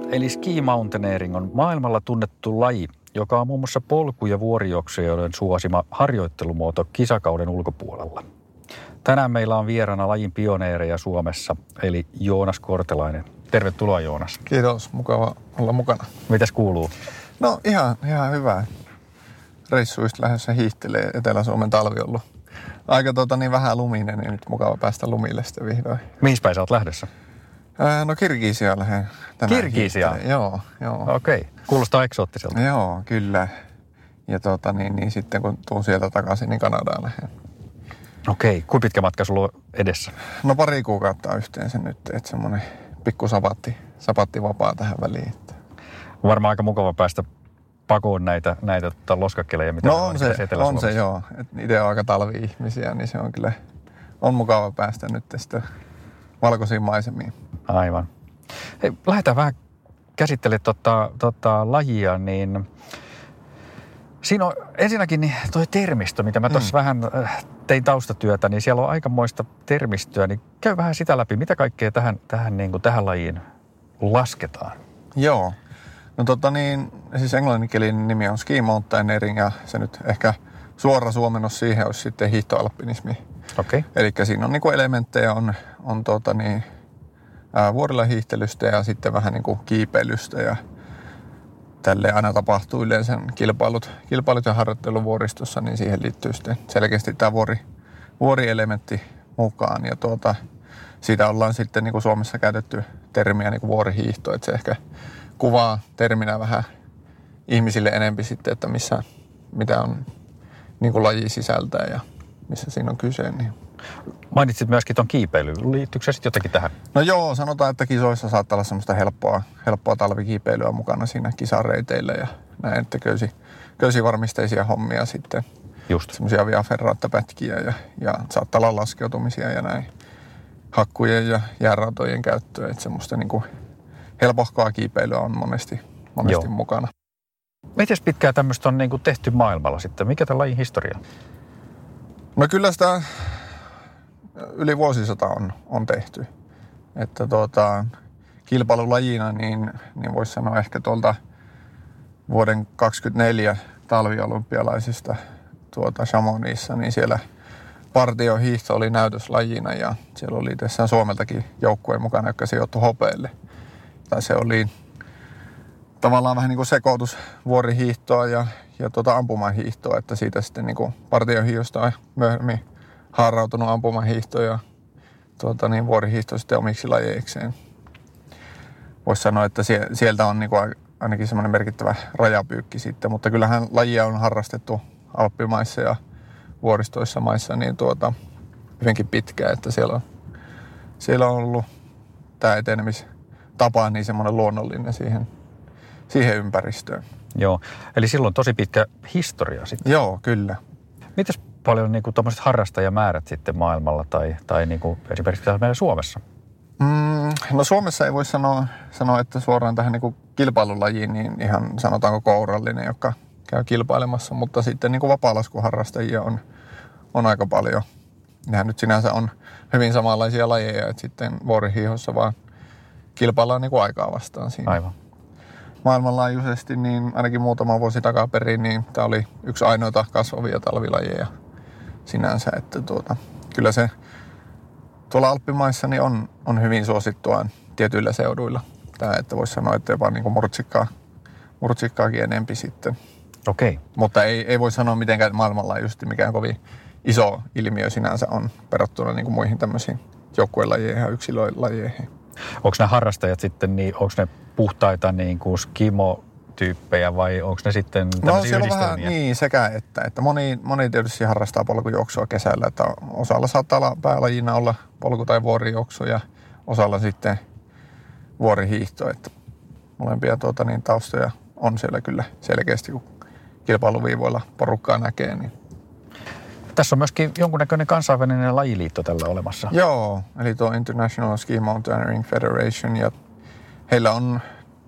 eli ski mountaineering on maailmalla tunnettu laji, joka on muun muassa polku- ja vuorijuoksijoiden suosima harjoittelumuoto kisakauden ulkopuolella. Tänään meillä on vieraana lajin pioneereja Suomessa, eli Joonas Kortelainen. Tervetuloa, Joonas. Kiitos, mukava olla mukana. Mitäs kuuluu? No ihan hyvä. Reissuista lähdössä hiihtelee. Etelä-Suomen talvi ollut aika vähän luminen, niin nyt mukava päästä lumille sitten vihdoin. Mihin päin sä oot lähdössä? No Kirgisiaan lähden tänään. Kirgisiaan? Joo. Okei. Kuulostaa eksoottiselta. Joo, kyllä. Ja niin sitten kun tuun sieltä takaisin, niin Kanadaan lähden. Okei. Kuinka pitkä matka sulla on edessä? No 2 kuukautta yhteensä nyt, että semmoinen pikku sapatti vapaa tähän väliin. Varmaan aika mukava päästä pakoon näitä loskakkeleja, mitä on se joo. Itse on aika talvi-ihmisiä, niin se on kyllä, on mukava päästä nyt tästä valkoisiin maisemiin. Aivan. Hei, lähdetään vähän käsittelemään lajia, niin siinä on ensinnäkin toi termistö, mitä mä tuossa vähän tein taustatyötä, niin siellä on aikamoista termistöä, niin käy vähän sitä läpi, mitä kaikkea tähän lajiin lasketaan. Joo. No siis englanninkielinen nimi on ski mountaineering ja se nyt ehkä suora suomennos siihen olisi sitten hiihtoalpinismi. Okei. Elikkä siinä on niinku elementtejä on vuorilla hiihtelystä ja sitten vähän niinku kiipeilystä ja tälleen aina tapahtuu yleensä kilpailut ja harjoittelu vuoristossa, niin siihen liittyy sitten selkeästi tämä vuorielementti mukaan ja siitä ollaan sitten niinku Suomessa käytetty termiä niinku vuorihiihto, että se ehkä kuvaa terminä vähän ihmisille enempi sitten, että mitä on niin kuin laji sisältää ja missä siinä on kyse. Niin. Mainitsit myöskin tuon kiipeilyn. Liittyykö se sitten jotenkin tähän? No joo, sanotaan, että kisoissa saattaa olla semmoista helppoa talvikiipeilyä mukana siinä kisareiteillä ja näin, että köysivarmisteisia hommia sitten. Just. Semmoisia viaferraattapätkiä ja saattaa olla laskeutumisia ja näin. Hakkujen ja jäärautojen käyttöä, että semmoista niinku helpohkoa kiipeilyä on monesti mukana. Miten pitkään tämmöistä on niin kuin tehty maailmalla sitten? Mikä tämän lajin historia? No kyllä sitä yli vuosisata on tehty. Että kilpailulajina niin voisi sanoa ehkä tuolta vuoden 2024 talviolympialaisista Chamonixissa, niin siellä partiohiihto oli näytöslajina ja siellä oli tässä Suomeltakin joukkueen mukana, joka sijoittui hopeelle. Tai se oli tavallaan vähän niin kuin sekoitus vuorihiihtoa ja ampumahiihtoa, että siitä sitten niin kuin partiohiihdosta on myöhemmin haarautunut ampumahiihto ja vuorihiihto sitten omiksi lajeikseen. Voisi sanoa, että sieltä on niin kuin ainakin semmoinen merkittävä rajapyykki sitten, mutta kyllähän lajia on harrastettu alppimaissa ja vuoristoissa maissa niin hyvinkin pitkään, että siellä on ollut tämä etenemistapa niin semmoinen luonnollinen siihen ympäristöön. Joo, eli silloin tosi pitkä historia sitten. Joo, kyllä. Mites paljon niin kuin tuommoiset harrastajamäärät sitten maailmalla tai niin kuin esimerkiksi täällä meillä Suomessa? No Suomessa ei voi sanoa, että suoraan tähän niin kuin kilpailulajiin, niin ihan sanotaanko kourallinen, joka käy kilpailemassa, mutta sitten niin kuin vapaalaskuharrastajia on aika paljon. Nehän nyt sinänsä on hyvin samanlaisia lajeja, että sitten vuorihiihossa vaan kilpaillaan niin kuin aikaa vastaan siinä. Aivan. Maailmanlaajuisesti, niin ainakin muutama vuosi takaperin, niin tämä oli yksi ainoita kasvavia talvilajeja sinänsä, että kyllä se tuolla Alppimaissa niin on hyvin suosittua tietyillä seuduilla. Tämä, että voisi sanoa, että jopa niin kuin murtsikkaakin enempi sitten. Okei. Mutta ei voi sanoa mitenkään maailmanlaajuisesti mikään kovin iso ilmiö sinänsä on verrattuna niin kuin muihin tämmöisiin joukkuelajeihin ja yksilölajeihin. Onko nämä harrastajat sitten, niin onko ne puhtaita niin kuin skimo-tyyppejä vai onko ne sitten tämmöisiä siellä yhdistelmiä? On vähän niin sekä että moni tietysti harrastaa polkujuoksua kesällä, että osalla saattaa olla päälajina olla polku- tai vuorijuoksu ja osalla sitten vuorihiihto, että molempia taustoja on siellä kyllä selkeästi, kun kilpailuviivoilla porukkaa näkee. Niin. Tässä on myöskin jonkunnäköinen kansainvälinen lajiliitto tällä olemassa. Joo, eli tuo International Ski Mountaineering Federation ja heillä on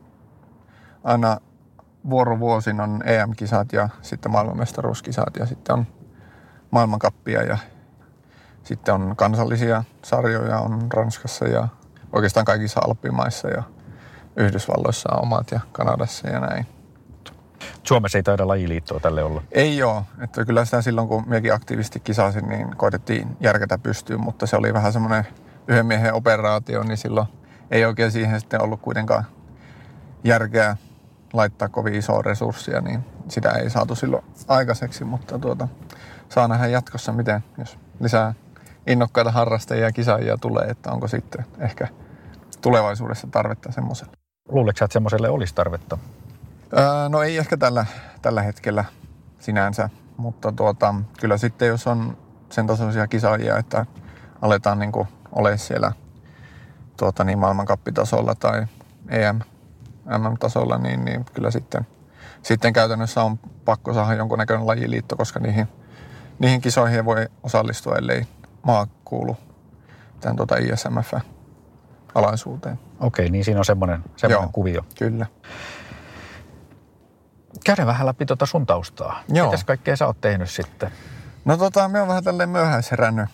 aina vuorovuosin on EM-kisat ja sitten maailmanmestaruuskisat ja sitten on maailmankappia ja sitten on kansallisia sarjoja on Ranskassa ja oikeastaan kaikissa Alppimaissa ja Yhdysvalloissa on omat ja Kanadassa ja näin. Suomessa ei taida lajiliittoa tälle olla. Ei ole. Että kyllä sitä silloin, kun minäkin aktiivisesti kisasin, niin koitettiin järkätä pystyyn, mutta se oli vähän semmoinen yhden miehen operaatio, niin silloin ei oikein siihen sitten ollut kuitenkaan järkeä laittaa kovin isoa resurssia, niin sitä ei saatu silloin aikaiseksi, mutta saa nähdä jatkossa, miten, jos lisää innokkaita harrastajia ja kisaajia tulee, että onko sitten ehkä tulevaisuudessa tarvetta semmoiselle. Luuletko sä, että semmoiselle olisi tarvetta? No ei ehkä tällä hetkellä sinänsä, mutta kyllä sitten jos on sen tasoisia kisaajia, että aletaan niin kuin olemaan siellä niin maailmankappitasolla tai MM-tasolla, niin kyllä sitten käytännössä on pakko saada jonkunnäköinen lajiliitto, koska niihin kisoihin ei voi osallistua, ellei maa kuulu tämän ISMF-alaisuuteen. Okei, niin siinä on semmoinen kuvio. Kyllä. Käydään vähän läpi sun taustaa. Joo. Mitäs kaikkea sä oot tehnyt sitten? No me on vähän tälleen myöhäisherännyt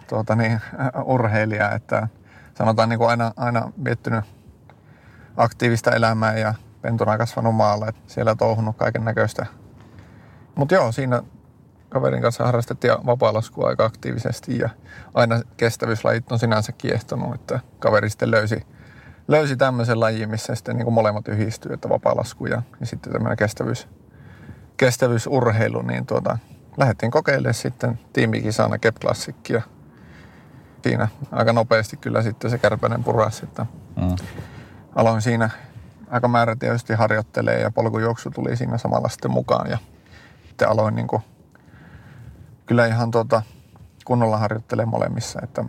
urheilija, että sanotaan niin kuin aina miettinyt aktiivista elämää ja pentuna kasvanut maalla, että siellä touhunut kaiken näköistä. Mutta joo, siinä kaverin kanssa harrastettiin vapaalaskua aika aktiivisesti ja aina kestävyyslajit on sinänsä kiehtonut, että kaveri sitten löysi tämmöisen lajin, missä sitten niin kuin molemmat yhdistyy, että vapaalasku ja sitten tämmöinen kestävyysurheilu, niin lähdettiin kokeilemaan sitten tiimikisana Kep Classicia. Siinä aika nopeasti kyllä sitten se kärpänen purasi, että aloin siinä aika määrätietoisesti harjoittelemaan ja polkujuoksu tuli siinä samalla sitten mukaan ja sitten aloin niin kuin kyllä ihan kunnolla harjoittelemaan molemmissa, että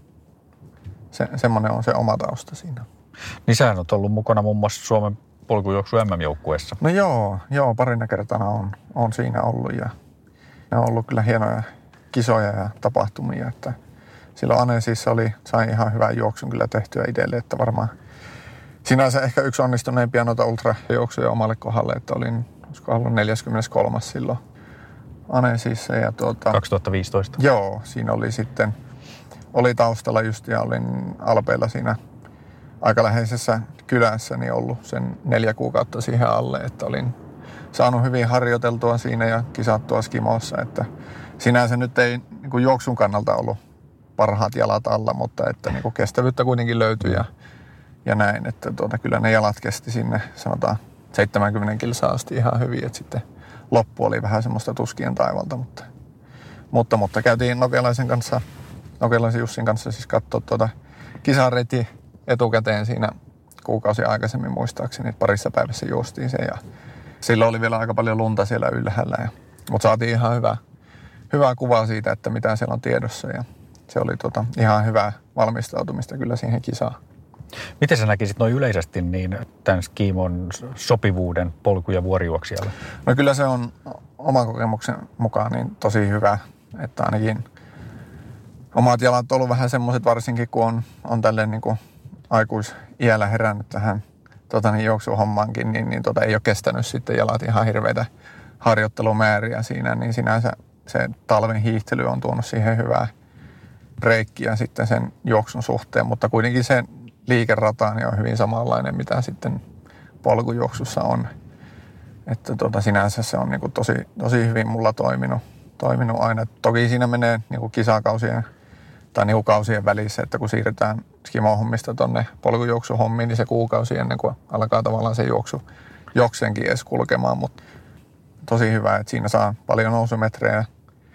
semmoinen on se oma tausta siinä. Niin sähän oot ollut mukana muun muassa Suomen polkujuoksu MM-joukkueessa. No joo, parina kertana on siinä ollut ja ne on ollut kyllä hienoja kisoja ja tapahtumia, että silloin Annesissa sai ihan hyvän juoksun kyllä tehtyä itselle, että varmaan sinänsä ehkä yksi onnistuneimpia noita ultrajuoksuja omalle kohdalle, että olisiko ollut 43. silloin Annesissa ja 2015. Joo, siinä oli taustalla just ja olin Alpeilla siinä aika läheisessä kylässä niin ollut sen 4 kuukautta siihen alle, että olin saanut hyvin harjoiteltua siinä ja kisattua skimossa, että sinänsä nyt ei niin kuin juoksun kannalta ollut parhaat jalat alla, mutta että niin kuin kestävyyttä kuitenkin löytyi ja näin, että kyllä ne jalat kesti sinne sanotaan 70 kilsaa asti ihan hyvin, että sitten loppu oli vähän semmoista tuskien taivalta, mutta käytiin Nokelaisen Jussin kanssa siis katsoa kisareti etukäteen siinä kuukausi aikaisemmin muistaakseni, että parissa päivässä juostiin se ja silloin oli vielä aika paljon lunta siellä ylhäällä, mutta saatiin ihan hyvää kuvaa siitä, että mitä siellä on tiedossa ja se oli ihan hyvää valmistautumista kyllä siihen kisaan. Miten sä näkisit noin yleisesti niin tämän skimon sopivuuden polku- ja vuorijuoksijalle? No kyllä se on oman kokemuksen mukaan niin tosi hyvä, että ainakin omat jalat on ollut vähän semmoiset varsinkin, kun on tälleen niin kuin aikuisiällä herännyt tähän juoksuhommaankin, niin ei ole kestänyt sitten jalat ihan hirveitä harjoittelumääriä siinä, niin sinänsä se talven hiihtely on tuonut siihen hyvää breikkiä sitten sen juoksun suhteen, mutta kuitenkin se liikerata niin on hyvin samanlainen, mitä sitten polkujuoksussa on. Että sinänsä se on niin kuin tosi hyvin mulla toiminut aina. Toki siinä menee niin kuin kisakausien tai niin kuin kausien välissä, että kun siirrytään skimo-hommista tonne polkujuoksuhommiin, niin se kuukausi ennen kuin alkaa tavallaan se juoksu jokseenkin edes kulkemaan, mutta tosi hyvä, että siinä saa paljon nousumetrejä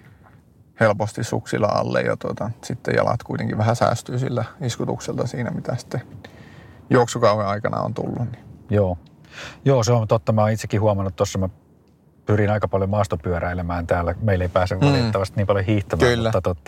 helposti suksilla alle ja sitten jalat kuitenkin vähän säästyy sillä iskutukselta siinä, mitä sitten juoksukauden aikana on tullut. Niin. Joo, se on totta. Mä oon itsekin huomannut tuossa, mä pyrin aika paljon maastopyöräilemään täällä. Meillä ei pääse valitettavasti niin paljon hiihtämään,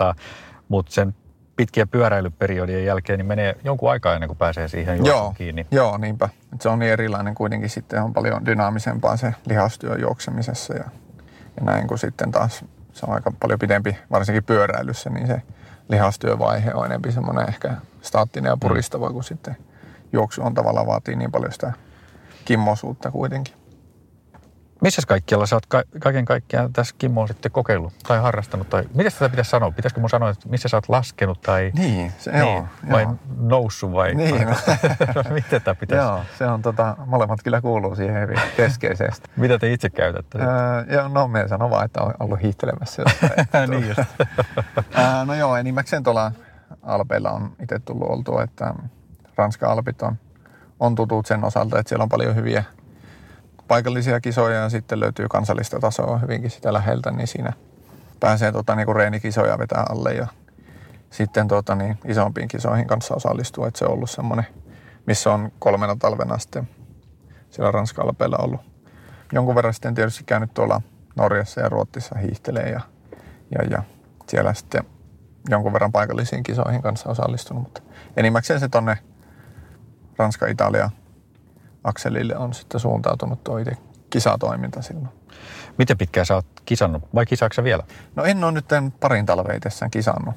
mutta sen pitkien pyöräilyperiodien jälkeen niin menee jonkun aikaa ennen kuin pääsee siihen juoksuun kiinni. Joo, niinpä. Se on niin erilainen kuitenkin sitten, on paljon dynaamisempaa se lihastyö juoksemisessa ja näin kuin sitten taas se on aika paljon pidempi, varsinkin pyöräilyssä, niin se lihastyövaihe on enemmän semmoinen ehkä staattinen ja puristava, kun sitten juoksu on tavallaan vaatii niin paljon sitä kimmosuutta kuitenkin. Missä kaikkialla sä oot kaiken kaikkiaan tässä Kimmo on sitten kokeillut tai harrastanut? Tai miten tätä pitäisi sanoa? Pitäisikö mun sanoa, että missä sä oot laskenut tai Niin, joo. Vai noussut vai? Niin. Miten tämä pitäisi? Joo, se on molemmat kyllä kuuluu siihen hyvin keskeisesti. Mitä te itse käytätte? No me sanon vaan, että on ollut hiihtelemässä jostain. Niin just. No joo, enimmäkseen tuolla Alpeilla on itse tullut oltua, että Ranskan Alpit on tutut sen osalta, että siellä on paljon hyviä paikallisia kisoja ja sitten löytyy kansallista tasoa hyvinkin sitä läheltä, niin siinä pääsee niinku reenikisoja vetää alle ja sitten isompiin kisoihin kanssa osallistuu, että se on ollut semmoinen, missä on 3 talvena sitten siellä Ranskan Alpeilla ollut. Jonkun verran sitten tietysti käynyt tuolla Norjassa ja Ruotsissa hiihtelee ja siellä sitten jonkun verran paikallisiin kisoihin kanssa osallistunut, mutta enimmäkseen se tonne Ranska-Italia akselille on sitten suuntautunut tuo itse kisatoiminta silloin. Miten pitkään sä oot kisannut vai kisaatko sä vielä? No en ole nyt parin talveitessään kisannut.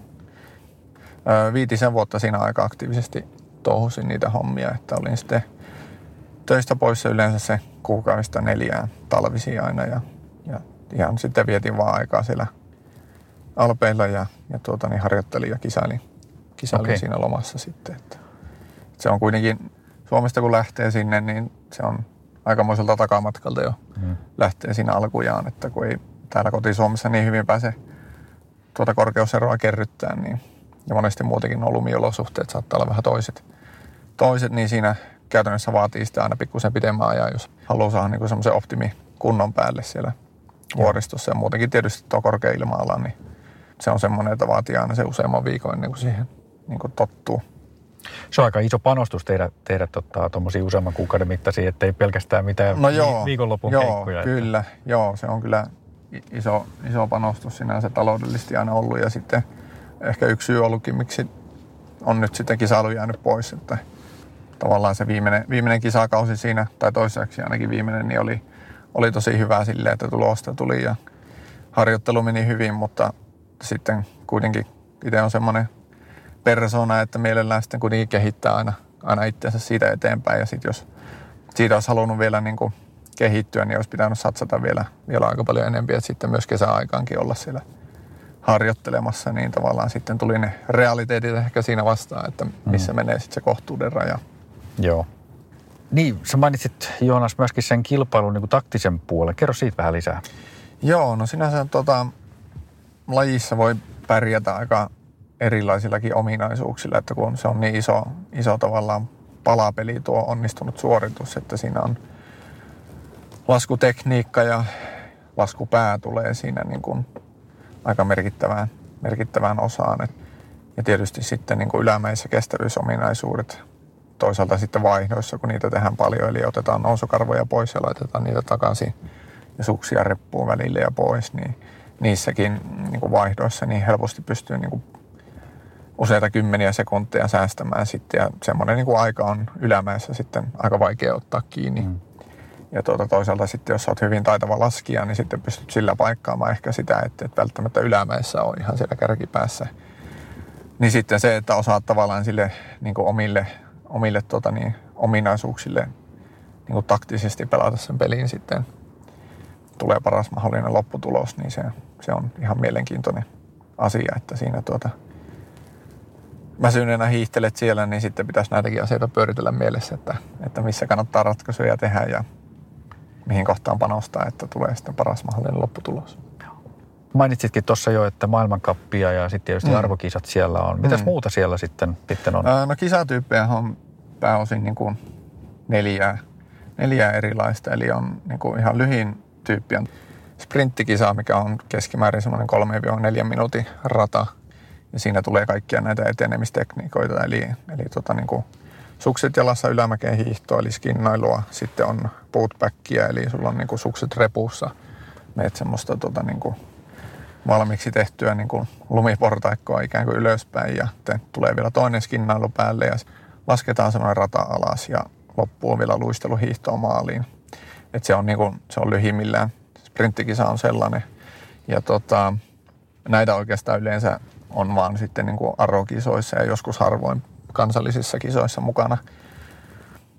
5 vuotta siinä aika aktiivisesti touhusin niitä hommia, että olin sitten töistä poissa yleensä se kuukaudesta 4 talvisia aina ja ihan sitten vietin vaan aikaa siellä Alpeilla ja harjoittelin ja kisailin okay. Siinä lomassa sitten. Että se on kuitenkin, Suomesta kun lähtee sinne, niin se on aikamoiselta takamatkalta jo lähtee siinä alkujaan, että kun ei täällä koti-Suomessa niin hyvin pääse tuota korkeuseroa kerryttää, niin ja monesti muutenkin nuo lumiolosuhteet saattaa olla vähän toiset, niin siinä käytännössä vaatii sitä aina pikkusen pidemmän ajan, jos haluaa saada niin semmoisen optimikunnon päälle siellä vuoristossa. Ja muutenkin tietysti tuo korkea ilma-ala, niin se on semmoinen, että vaatii aina se useamman viikon ennen kuin siihen niin kuin tottuu. Se on aika iso panostus tehdä tuommoisia useamman kuukauden mittaisia, ettei pelkästään mitään viikonlopun keikkoja. Kyllä. Joo, se on kyllä iso panostus sinänsä taloudellisesti aina ollut ja sitten ehkä yksi syy ollutkin, miksi on nyt sitten kisailu jäänyt pois, että tavallaan se viimeinen kisakausi siinä, tai toiseksi ainakin viimeinen, niin oli tosi hyvä silleen, että tulosta tuli ja harjoittelu meni hyvin, mutta sitten kuitenkin itse on semmoinen persona, että mielellään sitten kuitenkin kehittää aina itseänsä siitä eteenpäin ja sitten jos siitä olisi halunnut vielä niin kuin kehittyä, niin olisi pitänyt satsata vielä aika paljon enemmän, että sitten myös kesäaikaankin olla siellä harjoittelemassa, niin tavallaan sitten tuli ne realiteetit ehkä siinä vastaan, että missä menee sitten se kohtuuden raja. Joo. Niin, sä mainitsit Joonas myöskin sen kilpailun niin kuin taktisen puolen. Kerro siitä vähän lisää. Joo, no sinänsä lajissa voi pärjätä aika erilaisillakin ominaisuuksilla, että kun se on niin iso tavallaan palapeli tuo onnistunut suoritus, että siinä on laskutekniikka ja laskupää tulee siinä niin kuin aika merkittävään osaan. Ja tietysti sitten niin kuin ylämäissä kestävyysominaisuudet toisaalta sitten vaihdoissa, kun niitä tehdään paljon, eli otetaan nousukarvoja pois ja laitetaan niitä takaisin ja suksia reppuun välille ja pois, niin niissäkin niin kuin vaihdoissa niin helposti pystyy niin kuin useita kymmeniä sekuntia säästämään sitten ja semmoinen niin kuin aika on ylämäessä sitten aika vaikea ottaa kiinni. Ja toisaalta sitten, jos olet hyvin taitava laskija, niin sitten pystyt sillä paikkaamaan ehkä sitä, että et välttämättä ylämäessä on ihan siellä kärkipäässä. Niin sitten se, että osaat tavallaan sille niin kuin omille ominaisuuksille niin kuin taktisesti pelata sen pelin sitten tulee paras mahdollinen lopputulos, niin se on ihan mielenkiintoinen asia, että siinä väsyneenä hiihtelet siellä, niin sitten pitäisi näitäkin asioita pyöritellä mielessä, että missä kannattaa ratkaisuja tehdä ja mihin kohtaan panostaa, että tulee sitten paras mahdollinen lopputulos. Mainitsitkin tuossa jo, että maailmankappia ja sitten tietysti arvokisat siellä on. Mitäs muuta siellä sitten on? No kisatyyppejä on pääosin niin kuin 4 erilaista, eli on niin kuin ihan lyhin tyyppi on sprinttikisa, mikä on keskimäärin semmoinen 3-4 minuutin rata. Ja siinä tulee kaikkia näitä etenemistekniikoita, eli niin kuin sukset jalassa ylämäkeen hiihtoa, eli skinnailua. Sitten on bootbackia, eli sulla on niin kuin sukset repussa. Meet semmoista niin kuin valmiiksi tehtyä niin kuin lumiportaikkoa ikään kuin ylöspäin. Ja tulee vielä toinen skinnailu päälle ja lasketaan semmoinen rata alas ja loppuu vielä luisteluhiihtoa maaliin. Et se on lyhimmillään. Sprinttikisa on sellainen. Ja näitä oikeastaan yleensä on vaan sitten niin kuin arrokisoissa ja joskus harvoin kansallisissa kisoissa mukana.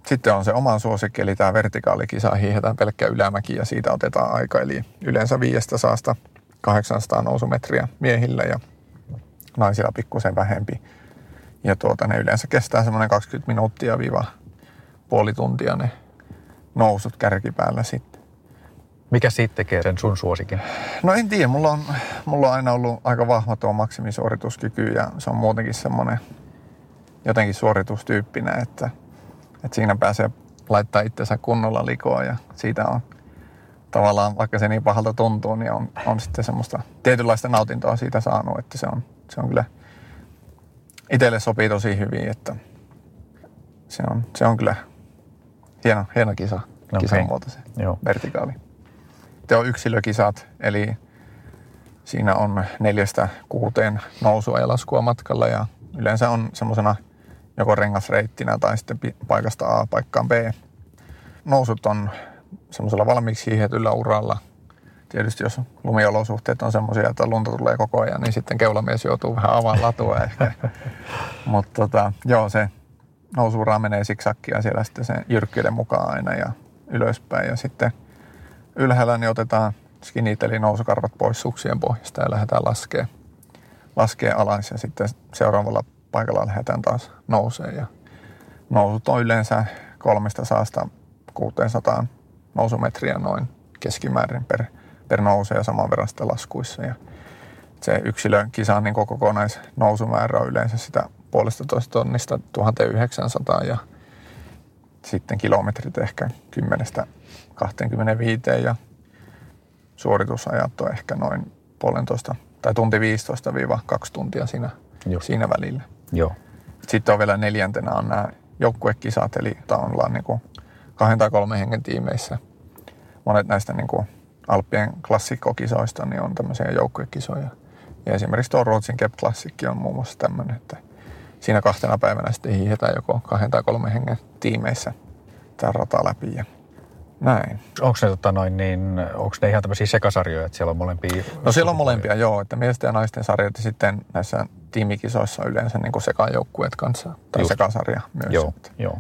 Sitten on se oma suosikki, eli tämä vertikaalikisa, hiihdetään pelkkä ylämäki ja siitä otetaan aika, eli yleensä 500–800 nousumetriä miehillä ja naisilla pikkusen vähempi. Ja ne yleensä kestää semmoinen 20 minuuttia puoli tuntia ne nousut kärkipäällä sitten. Mikä siitä tekee sen sun suosikin? No en tiedä, mulla on aina ollut aika vahva tuo maksimisuorituskyky ja se on muutenkin semmoinen jotenkin suoritustyyppinen, että siinä pääsee laittaa itsensä kunnolla likoon ja siitä on tavallaan, vaikka se niin pahalta tuntuu, niin on sitten semmoista tietynlaista nautintoa siitä saanut, että se on kyllä itselle sopii tosi hyvin, että se on kyllä hieno kisa, kisan muoto se vertikaali. Sitten on yksilökisat, eli siinä on 4–6 nousua ja laskua matkalla ja yleensä on semmoisena joko rengasreittinä tai sitten paikasta A paikkaan B. Nousut on semmoisella valmiiksi hiihdetyllä uralla. Tietysti jos lumiolosuhteet on semmoisia, että lunta tulee koko ajan, niin sitten keulamies joutuu vähän avaan latua ehkä. Mutta se nousuura menee siksakkia siellä sitten sen jyrkkyyden mukaan aina ja ylöspäin. Ja sitten ylhäällä niin otetaan skinit eli nousukarvat pois suksien pohjasta ja lähdetään laskee alas ja sitten seuraavalla paikalla lähdetään taas nouseen. Ja nousut on yleensä 300–600 nousumetriä noin keskimäärin per nouse ja saman verran sitten laskuissa. Ja se yksilökisan niin kokonaisnousumäärä on yleensä sitä 1,5 tonnista 1900 ja sitten kilometrit ehkä 10–25 ja suoritusajat on ehkä noin 1,5 tai tunti 15–2 tuntia siinä välillä. Joo. Sitten on vielä 4. on nämä joukkuekisat, eli ollaan niin 2 tai 3 hengen tiimeissä. Monet näistä niin Alppien klassikkokisoista niin on tämmöisiä joukkuekisoja. Ja esimerkiksi tuo Ruotsin Keb Klassikki on muun muassa tämmöinen, että siinä 2 päivänä sitten hiihdetään joko 2 tai 3 hengen tiimeissä tämä rata läpi ja näin. Onko ne ihan tämmöisiä sekasarjoja, että siellä on molempia? No siellä on molempia, joo. Että miesten ja naisten sarjat ja sitten näissä tiimikisoissa yleensä niin kuin sekajoukkueet kanssa tai sekasarja myös. Joo.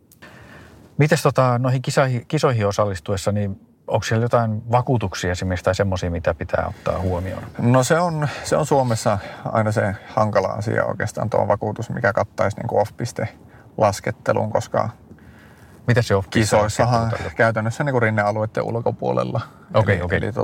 Mites noihin kisoihin osallistuessa, niin onko siellä jotain vakuutuksia esimerkiksi tai semmoisia, mitä pitää ottaa huomioon? No se on Suomessa aina se hankala asia oikeastaan tuo vakuutus, mikä kattaisi niin kuin off-piste-laskettelun, koska mitä se kisoissahan käytännössä niin kuin rinnealueiden ulkopuolella. Okei.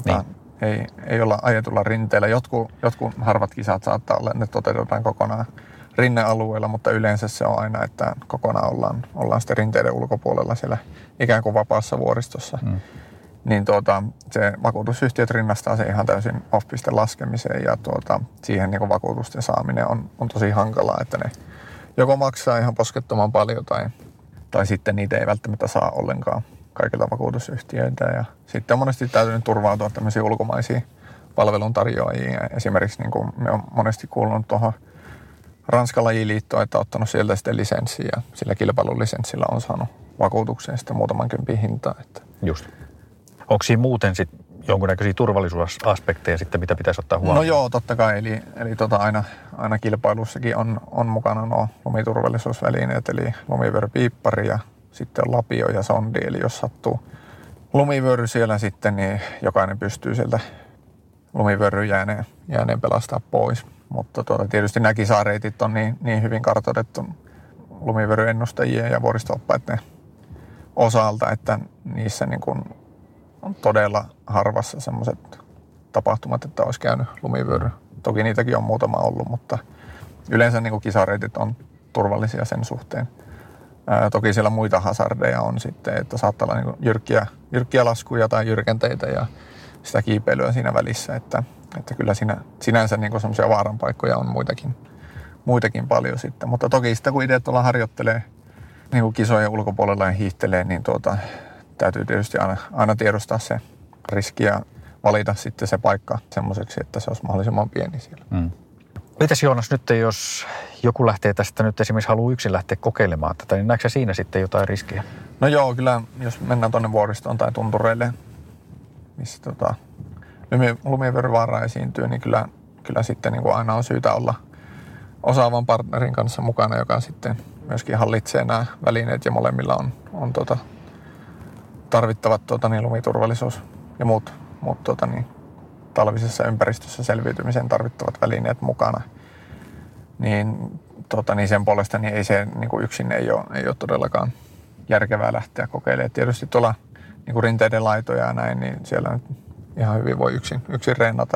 Niin. Ei olla ajetulla rinteellä. Jotkut harvat kisat saattaa olla, ne toteutetaan kokonaan rinnealueella, mutta yleensä se on aina, että kokonaan ollaan sitten rinteiden ulkopuolella siellä ikään kuin vapaassa vuoristossa. Niin se vakuutusyhtiöt rinnastaa se ihan täysin off-piste laskemiseen ja siihen niin kuin vakuutusten saaminen on tosi hankalaa, että ne joko maksaa ihan poskettoman paljon tai sitten niitä ei välttämättä saa ollenkaan kaikilta vakuutusyhtiöiltä. Ja sitten on monesti täytynyt turvautua tämmöisiin ulkomaisiin palveluntarjoajiin. Esimerkiksi niin kuin me on monesti kuulunut tuohon Ranskan lajiliittoon, että on ottanut sieltä sitten lisenssiä ja sillä kilpailulisenssillä on saanut vakuutukseen sitten muutaman kympin hintaa. Just. Onko siinä muuten sitten jonkunnäköisiä turvallisuusaspekteja sitten, mitä pitäisi ottaa huomioon? No joo, totta kai. Eli aina kilpailussakin on mukana nuo lumiturvallisuusvälineet, eli lumivyörypiippari ja sitten on lapio ja sondi. Eli jos sattuu lumivyöry siellä sitten, niin jokainen pystyy sieltä lumivyöryyn jääneen pelastaa pois. Mutta tietysti nämä kisareitit on niin hyvin kartoitettu lumivyöryennustajien ja vuoristo-oppaiden osalta, että niissä niin kuin on todella harvassa semmoiset tapahtumat, että olisi käynyt lumivyöry. Toki niitäkin on muutama ollut, mutta yleensä niin kuin kisareitit on turvallisia sen suhteen. Toki siellä muita hazardeja on sitten, että saattaa olla niin kuin jyrkkiä laskuja tai jyrkänteitä ja sitä kiipeilyä siinä välissä, että kyllä siinä sinänsä niin kuin semmoisia vaaranpaikkoja on muitakin paljon sitten. Mutta toki sitä kun itse tuolla harjoittelee niin kuin kisojen ulkopuolella ja hiihtelee, niin täytyy tietysti aina tiedostaa se riski ja valita sitten se paikka semmoiseksi, että se olisi mahdollisimman pieni siellä. Mitäs Joonas nyt, jos joku lähtee tästä nyt esimerkiksi haluaa yksin lähteä kokeilemaan tätä, niin näetkö siinä sitten jotain riskiä? No joo, kyllä jos mennään tuonne vuoristoon tai tuntureille, missä lumivyöryvaaraa esiintyy, niin kyllä sitten niin kuin aina on syytä olla osaavan partnerin kanssa mukana, joka sitten myöskin hallitsee nämä välineet ja molemmilla on on tarvittavat lumiturvallisuus ja muut talvisessa ympäristössä selviytymiseen tarvittavat välineet mukana. Niin sen puolesta niin ei se niin kuin yksin ei ole todellakaan järkevää lähteä kokeilemaan. Tietysti tuolla niin kuin rinteiden laitoja ja näin, niin siellä nyt ihan hyvin voi yksin reenata.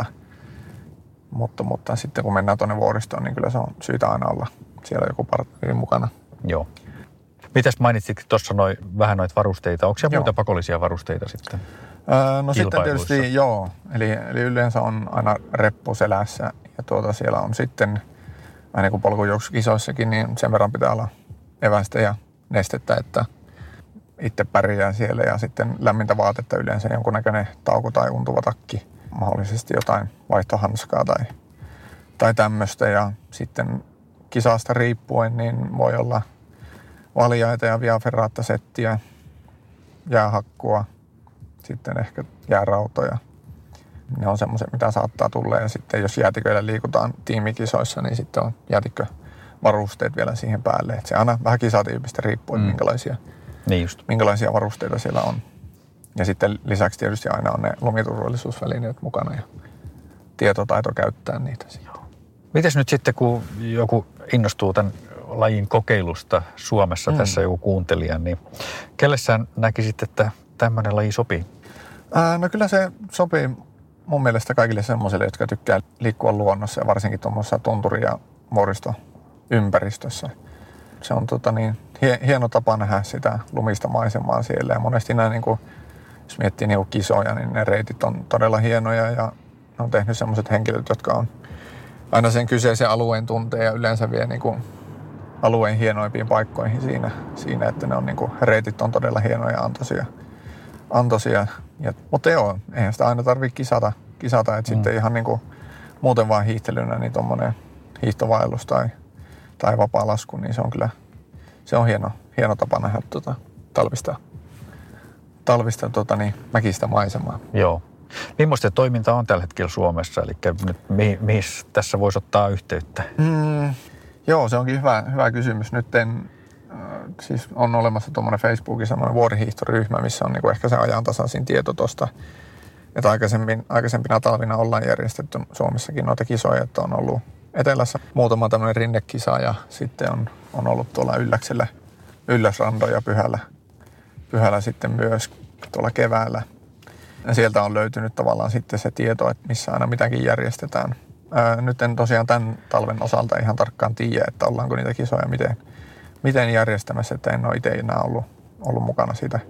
Mutta sitten kun mennään tuonne vuoristoon, niin kyllä se on syytä aina olla siellä joku partneri mukana. Joo. Mitäs mainitsitkin tuossa vähän noita varusteita? Onko siellä muita pakollisia varusteita sitten? No sitten tietysti joo. Eli yleensä on aina reppu selässä ja siellä on sitten, vähän niin kuin polkujuoksukisoissakin, niin sen verran pitää olla evästä ja nestettä, että itse pärjää siellä ja sitten lämmintä vaatetta yleensä jonkunnäköinen tauko tai untuva takki. Mahdollisesti jotain vaihtohanskaa tai tämmöistä ja sitten kisasta riippuen niin voi olla valjaita ja viaferraattasettiä, jäähakkua, sitten ehkä jäärautoja. Ne on semmoiset, mitä saattaa tulla ja sitten jos jäätiköillä liikutaan tiimikisoissa, niin sitten on jäätikkövarusteet vielä siihen päälle. Et se aina vähän kisatyypistä riippuen, minkälaisia varusteita siellä on. Ja sitten lisäksi tietysti aina on ne lumiturvallisuusvälineet mukana ja tietotaito käyttää niitä. Mites nyt sitten, kun joku innostuu tämän lajin kokeilusta Suomessa, tässä joku kuuntelija, niin kelle sä näkisit, että tämmöinen laji sopii? No kyllä se sopii mun mielestä kaikille semmoisille, jotka tykkää liikkua luonnossa ja varsinkin tuommoisessa tunturi- ja vuoristoympäristössä. Se on hieno tapa nähdä sitä lumista maisemaa siellä ja monesti nämä jos miettii kisoja, niin ne reitit on todella hienoja ja ne on tehnyt sellaiset henkilöt, jotka on aina sen kyseisen alueen tuntee ja yleensä vie alueen hienoimpiin paikkoihin siinä että ne on reitit on todella hienoja ja antoisia. Mutta joo, eihän sitä aina tarvitse kisata että sitten ihan muuten vaan hiihtelynä niin tuommoinen hiihtovaellus tai vapaa-lasku, niin se on hieno tapa nähdä talvista mäkistä maisemaa. Joo. Millaista toiminta on tällä hetkellä Suomessa? Eli nyt mihin tässä voisi ottaa yhteyttä? Joo, se onkin hyvä kysymys. Nyt siis on olemassa tuommoinen Facebookin semmoinen vuorihiihtoryhmä, missä on ehkä se ajantasaisin tieto tuosta. Että aikaisempina talvina ollaan järjestetty Suomessakin noita kisoja, että on ollut etelässä muutama tämmöinen rinnekisa ja sitten on ollut tuolla Ylläksellä Ylläsrando ja Pyhällä sitten myös tuolla keväällä. Ja sieltä on löytynyt tavallaan sitten se tieto, että missä aina mitäkin järjestetään. Nyt en tosiaan tämän talven osalta ihan tarkkaan tiedä, että ollaanko niitä kisoja miten järjestämässä, että en ole itse enää ollut mukana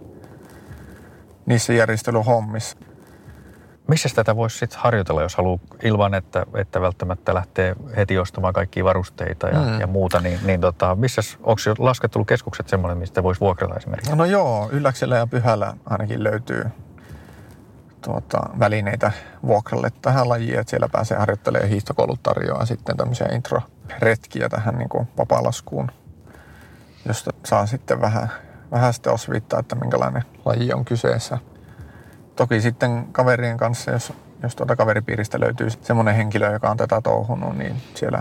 niissä järjestelyhommissa. Missä tätä voisi sitten harjoitella, jos haluaa ilman, että välttämättä lähtee heti ostamaan kaikkia varusteita ja muuta, onko jo laskettelukeskukset semmoinen, mistä voisi vuokrata esimerkiksi? No joo, Ylläksellä ja Pyhällä ainakin löytyy välineitä vuokralle tähän lajiin, että siellä pääsee harjoittelemaan. Hiihtokoulut tarjoaa sitten tämmöisiä intro-retkiä tähän vapaalaskuun, josta saa sitten vähän sitten osviittaa, että minkälainen laji on kyseessä. Toki sitten kaverien kanssa, jos kaveripiiristä löytyy semmoinen henkilö, joka on tätä touhunut, niin siellä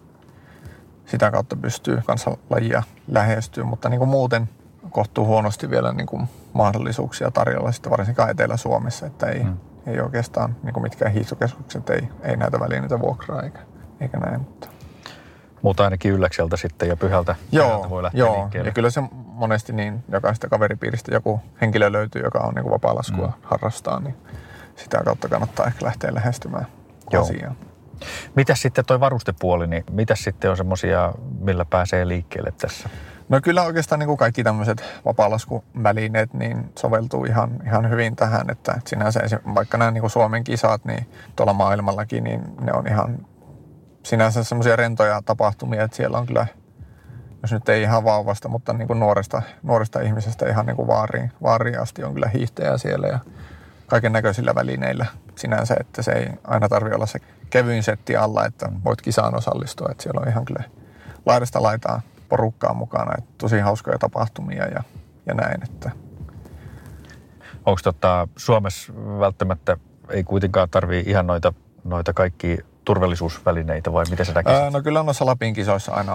sitä kautta pystyy kanssa lajia lähestyä, mutta muuten kohtuu huonosti vielä mahdollisuuksia tarjolla sitten varsinkaan Etelä-Suomessa, että ei oikeastaan mitkään hiihtokeskukset ei näitä välineitä vuokraa eikä näin. Mutta ainakin Ylläkseltä sitten ja Pyhältä voi lähteä liikkeelle. Ja kyllä se monesti niin jokaista kaveripiiristä joku henkilö löytyy, joka on vapaa-laskua harrastaa, niin sitä kautta kannattaa ehkä lähteä lähestymään asiaa. Mitäs sitten toi varustepuoli, niin mitäs sitten on semmoisia, millä pääsee liikkeelle tässä? No kyllä oikeastaan kaikki tämmöiset vapaa-laskuvälineet niin soveltuu ihan hyvin tähän, että sinänsä vaikka nämä Suomen kisat, niin tuolla maailmallakin, niin ne on ihan sinänsä semmoisia rentoja tapahtumia, että siellä on kyllä, jos nyt ei ihan vauvasta, mutta nuoresta ihmisestä ihan vaariin asti on kyllä hiihtäjää siellä ja kaiken näköisillä välineillä sinänsä, että se ei aina tarvitse olla se kevyin setti alla, että voit kisaan osallistua, että siellä on ihan kyllä laidasta laitaa porukkaa mukana, että tosi hauskoja tapahtumia ja näin. Että. Onko Suomessa välttämättä ei kuitenkaan tarvitse ihan noita kaikkia turvallisuusvälineitä vai miten se näkisit? No kyllä noissa Lapin kisoissa aina on.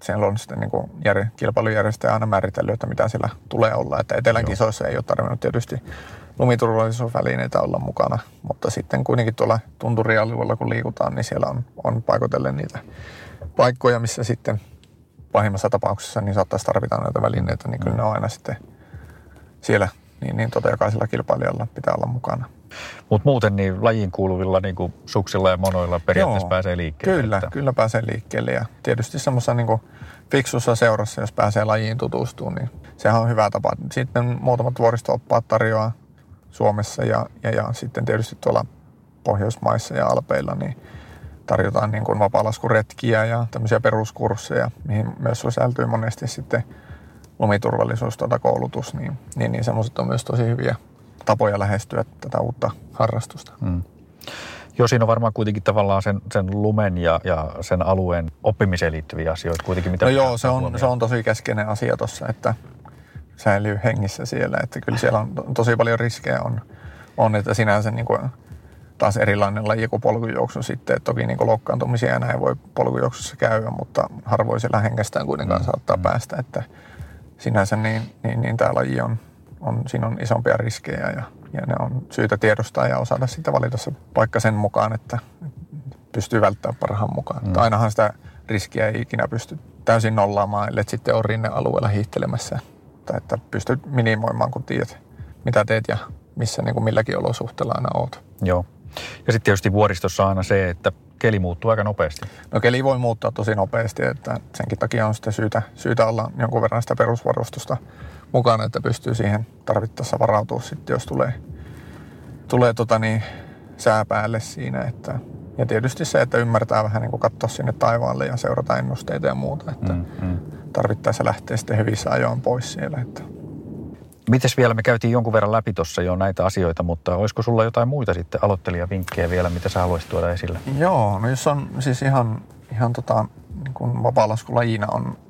siellä on sitten niin kuin kilpailujärjestäjä aina määritellyt, että mitä siellä tulee olla. Että etelän kisoissa ei ole tarvinnut tietysti lumiturvallisuusvälineitä olla mukana, mutta sitten kuitenkin tuolla tunturialueella kun liikutaan, niin siellä on paikoitellen niitä paikkoja, missä sitten pahimmassa tapauksessa niin saattaisi tarvita näitä välineitä, niin kyllä ne on aina sitten siellä, niin jokaisella kilpailijalla pitää olla mukana. Mutta muuten niin lajiin kuuluvilla niin kuin suksilla ja monoilla periaatteessa pääsee liikkeelle. Kyllä pääsee liikkeelle ja tietysti semmoisessa niin kuin fiksussa seurassa, jos pääsee lajiin tutustumaan, niin sehän on hyvä tapa. Sitten muutamat vuoristo-oppaat tarjoaa Suomessa ja sitten tietysti tuolla Pohjoismaissa ja Alpeilla niin tarjotaan niin kuin vapaalaskuretkiä ja tämmöisiä peruskursseja, mihin myös sisältyy monesti sitten lumiturvallisuus koulutus, niin semmoiset on myös tosi hyviä tapoja lähestyä tätä uutta harrastusta. Joo, siinä on varmaan kuitenkin tavallaan sen lumen ja sen alueen oppimiseen liittyviä asioita kuitenkin. Mitä se on tosi keskeinen asia tuossa, että säilyy hengissä siellä. Että kyllä siellä on tosi paljon riskejä on että sinänsä niin kuin taas erilainen laji kuin polkujuoksu sitten. Että toki niin kuin loukkaantumisia ja näin voi polkujuoksussa käydä, mutta harvoin siellä hengestään kuitenkaan saattaa päästä. Että sinänsä niin tämä laji siinä on isompia riskejä ja ne on syytä tiedostaa ja osata sitä valita se paikka sen mukaan, että pystyy välttämään parhaan mukaan. Että ainahan sitä riskiä ei ikinä pysty täysin nollaamaan, ellei sitten ole rinnealueella hiihtelemässä. Tai että pystyt minimoimaan, kun tiedät, mitä teet ja missä niin kuin milläkin olosuhteella aina oot. Joo. Ja sitten tietysti vuoristossa on aina se, että keli muuttuu aika nopeasti. No keli voi muuttaa tosi nopeasti, että senkin takia on sitten syytä olla jonkun verran sitä perusvarustusta mukana, että pystyy siihen tarvittaessa varautua sitten, jos tulee sää päälle siinä. Ja tietysti se, että ymmärtää vähän niin kuin katsoa sinne taivaalle ja seurata ennusteita ja muuta, että tarvittaessa lähtee sitten hyvissä ajoin pois siellä. Että. Mites vielä, me käytiin jonkun verran läpi tuossa jo näitä asioita, mutta olisiko sulla jotain muita sitten aloittelijavinkkejä vielä, mitä sä haluaisit tuoda esille? Joo, no jos on siis ihan niin kuin vapaalaskulajina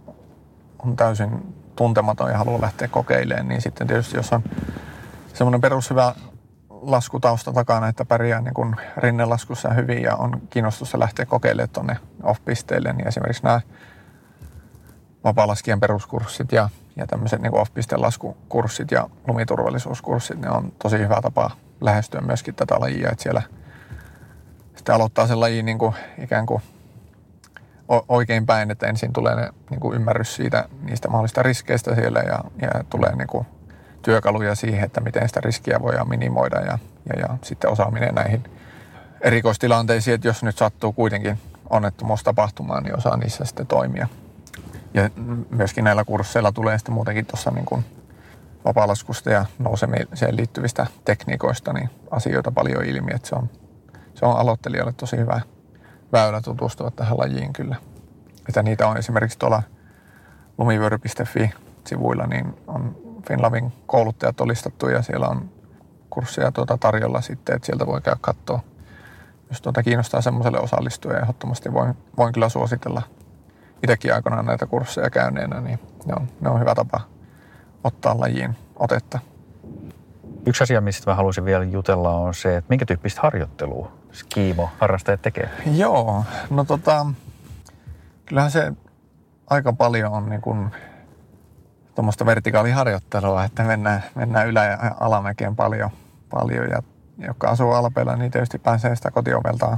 on täysin tuntematon ja haluaa lähteä kokeilemaan, niin sitten tietysti jos on semmoinen perushyvä laskutausta takana, että pärjää niin kuin rinnelaskussa hyvin ja on kiinnostusta lähteä kokeilemaan tuonne off-pisteille, niin esimerkiksi nämä vapaalaskien peruskurssit ja tämmöiset niin kuin off-pisteen laskukurssit ja lumiturvallisuuskurssit, ne on tosi hyvä tapa lähestyä myöskin tätä lajia, että siellä sitten aloittaa sen lajin niin kuin ikään kuin oikein päin, että ensin tulee niin kuin ymmärrys niistä mahdollisista riskeistä siellä ja tulee niin kuin työkaluja siihen, että miten sitä riskiä voidaan minimoida ja sitten osaaminen näihin erikoistilanteisiin, että jos nyt sattuu kuitenkin onnettomuus tapahtumaan, niin osaa niissä sitten toimia. Ja myöskin näillä kursseilla tulee sitten muutenkin tuossa niin kuin vapaalaskusta ja nousemiseen liittyvistä tekniikoista niin asioita paljon ilmi, että se on aloittelijalle tosi hyvä väylä tutustua tähän lajiin kyllä. Että niitä on esimerkiksi tuolla lumivyöry.fi-sivuilla, niin on Finlavin kouluttajat on listattu ja siellä on kursseja tarjolla sitten, että sieltä voi käydä katsoa. Jos kiinnostaa semmoiselle osallistua ja ehdottomasti voin kyllä suositella itsekin aikanaan näitä kursseja käyneenä, niin ne on hyvä tapa ottaa lajiin otetta. Yksi asia, mistä mä haluaisin vielä jutella, on se, että minkä tyyppistä harjoittelua skiimo-harrastajat tekee? Joo, no kyllähän se aika paljon on niin kuin tuommoista vertikaaliharjoittelua, että mennään ylä- ja alamäkeen paljon ja jotka asuu Alpeilla, niin tietysti pääsee sitä kotioveltaan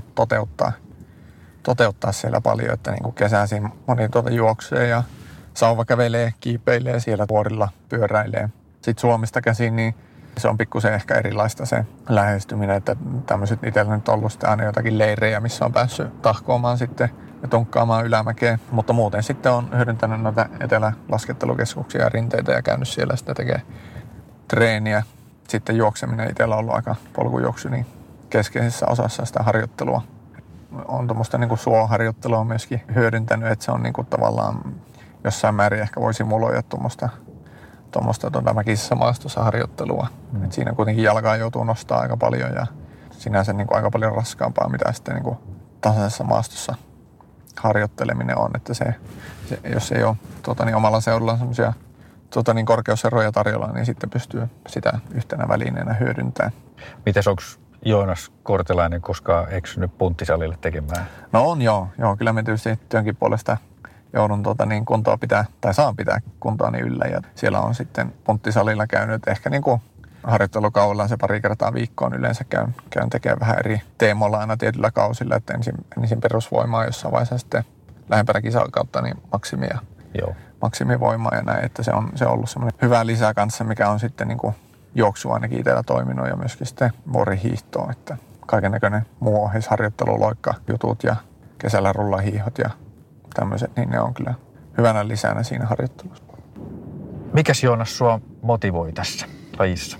toteuttaa siellä paljon, että niin kuin kesäisin moni juoksee ja sauva kävelee, kiipeilee siellä vuorilla, pyöräilee. Sitten Suomesta käsin, niin se on pikkusen ehkä erilaista se lähestyminen, että tämmöiset itsellä nyt on ollut sitten aina jotakin leirejä, missä on päässyt tahkoamaan sitten ja tunkkaamaan ylämäkeen, mutta muuten sitten on hyödyntänyt noita etelälaskettelukeskuksia ja rinteitä ja käynyt siellä sitten tekee treeniä. Sitten juokseminen itsellä on ollut aika polkujuoksu niin keskeisessä osassa sitä harjoittelua. On tuommoista niin kuin suoharjoittelua myöskin hyödyntänyt, että se on niin kuin tavallaan jossain määrin ehkä voi simuloida tuommoista mäkisessä maastossa harjoittelua. Et siinä kuitenkin jalkaa joutuu nostaa aika paljon ja sinänsä niin kuin aika paljon raskaampaa, mitä sitten niin kuin tasaisessa maastossa harjoitteleminen on. Että se jos ei ole omalla seudulla semmoisia korkeuseroja tarjolla, niin sitten pystyy sitä yhtenä välineenä hyödyntämään. Mites onko Joonas Kortelainen koskaan eksynyt punttisalille tekemään? No on joo. Kyllä me tietysti työnkin puolesta joudun kuntoa pitää, tai saan pitää kuntoani yllä. Ja siellä on sitten punttisalilla käynyt ehkä niin kuin harjoittelukaudella se pari kertaa viikkoon yleensä käyn tekemään vähän eri teemoilla aina tietyllä kausilla, että ensin perusvoimaa jossain vaiheessa sitten lähempänä kisakautta niin maksimivoimaa ja näin, että se on ollut semmoinen hyvä lisä kanssa, mikä on sitten niin kuin juoksua ainakin itsellä toiminut ja myöskin sitten vuorihiihtoa, että kaikennäköinen muu ohjeisharjoittelu, loikkajutut ja kesällä rullahiihot ja tämmöiset, niin ne on kyllä hyvänä lisänä siinä harjoittelussa. Mikäs Joonas sua motivoi tässä lajissa?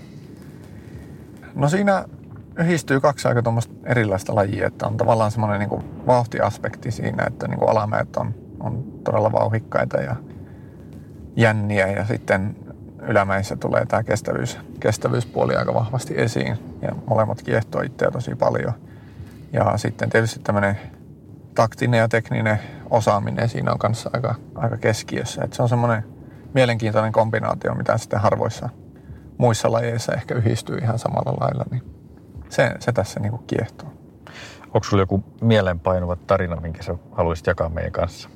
No siinä yhdistyy kaksi aika tuommoista erilaista lajia, että on tavallaan semmoinen niin kuin vauhtiaspekti siinä, että niin kuin alamäet on todella vauhikkaita ja jänniä ja sitten ylämäissä tulee tämä kestävyyspuoli aika vahvasti esiin ja molemmat kiehtoo itseä tosi paljon. Ja sitten tietysti tämmöinen taktinen ja tekninen osaaminen siinä on kanssa aika keskiössä. Että se on semmoinen mielenkiintoinen kombinaatio, mitä sitten harvoissa muissa lajeissa ehkä yhdistyy ihan samalla lailla, niin se tässä niinku kiehtoo. Onko sulla joku mielenpainuva tarina, minkä sä haluaisit jakaa meidän kanssa?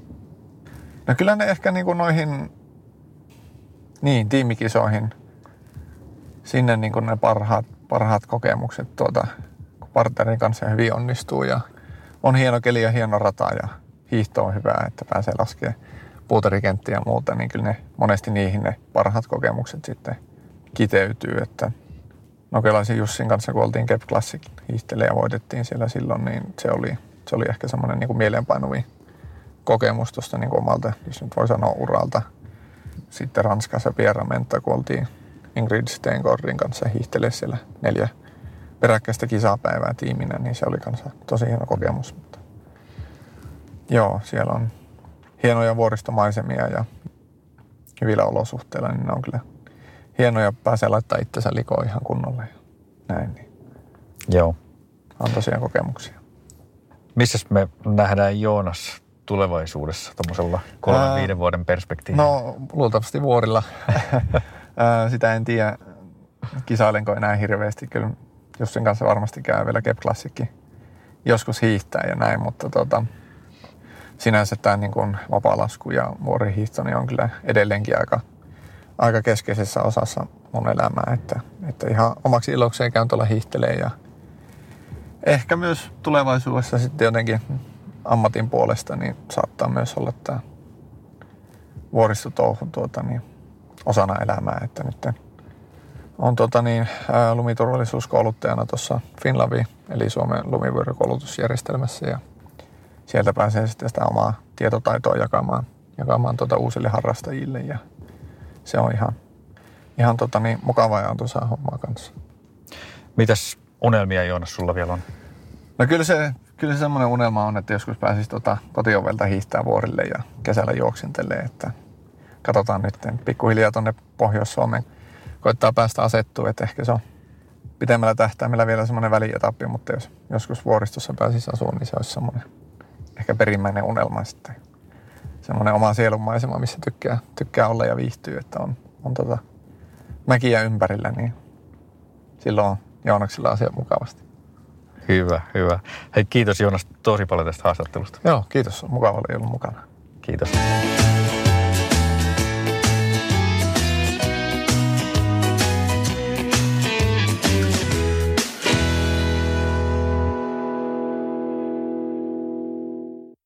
No kyllä ne ehkä niinku noihin tiimikisoihin, sinne niinku ne parhaat kokemukset, kun partnerin kanssa hyvin onnistuu ja on hieno keli ja hieno rata ja hiihto on hyvää, että pääsee laskemaan puutarikenttiä ja muuta, niin kyllä monesti niihin ne parhaat kokemukset sitten kiteytyy, että Nokelaisen Jussin kanssa, kun oltiin Keb Classic hiihtelee ja voitettiin siellä silloin, niin se oli ehkä semmoinen niin kuin mieleenpainuvi kokemus tuosta niin kuin omalta, jos nyt voi sanoa, uralta. Sitten Ranskassa Pierramenta, kun oltiin Ingrid Steenkorrin kanssa hiihtelee siellä 4 peräkkäistä kisapäivää tiiminä, niin se oli kanssa tosi hieno kokemus. Mutta joo, siellä on hienoja vuoristomaisemia ja hyvillä olosuhteilla, niin ne on kyllä hienoja, pääsee laittaa itsensä likoon ihan kunnolla ja näin. Niin joo. On tosiaan kokemuksia. Missäs me nähdään Joonas tulevaisuudessa tuommoisella 3-5 vuoden perspektiivillä? No luultavasti vuorilla. Sitä en tiedä, kisailenko enää hirveästi. Kyllä Jussin kanssa varmasti käy vielä Keb Classickin joskus hiihtää ja näin, mutta sinänsä tämä niin kuin vapaalasku ja vuorihiihto niin on kyllä edelleenkin aika keskeisessä osassa mun elämää, että ihan omaksi ilokseen käyn tuolla hiihtelee ja ehkä myös tulevaisuudessa sitten jotenkin ammatin puolesta niin saattaa myös olla tämä vuoristotouhu niin osana elämää, että nyt on lumiturvallisuuskouluttajana tuossa Finlavi eli Suomen lumivyörykoulutusjärjestelmässä ja sieltä pääsee sitten sitä omaa tietotaitoa jakamaan uusille harrastajille ja se on ihan mukavaa ja antoisaa hommaa kanssa. Mitäs unelmia, Joonas, sulla vielä on? No kyllä se semmoinen unelma on, että joskus pääsisi kotiovelta hiihtää vuorille ja kesällä juoksentelee, että katsotaan nyt pikkuhiljaa tuonne Pohjois-Suomeen. Koittaa päästä asettua, että ehkä se on pitemmällä tähtäimellä vielä semmoinen välietappi, mutta jos joskus vuoristossa pääsisi asumaan, niin se olisi semmoinen ehkä perimmäinen unelma sitten. Semmoinen oma sielunmaisema, missä tykkää olla ja viihtyy, että on mäkiä ympärillä, niin silloin on Joonaksilla asiat mukavasti. Hyvä. Hei, kiitos Joonas tosi paljon tästä haastattelusta. Joo, kiitos. Mukava olla ollut mukana. Kiitos.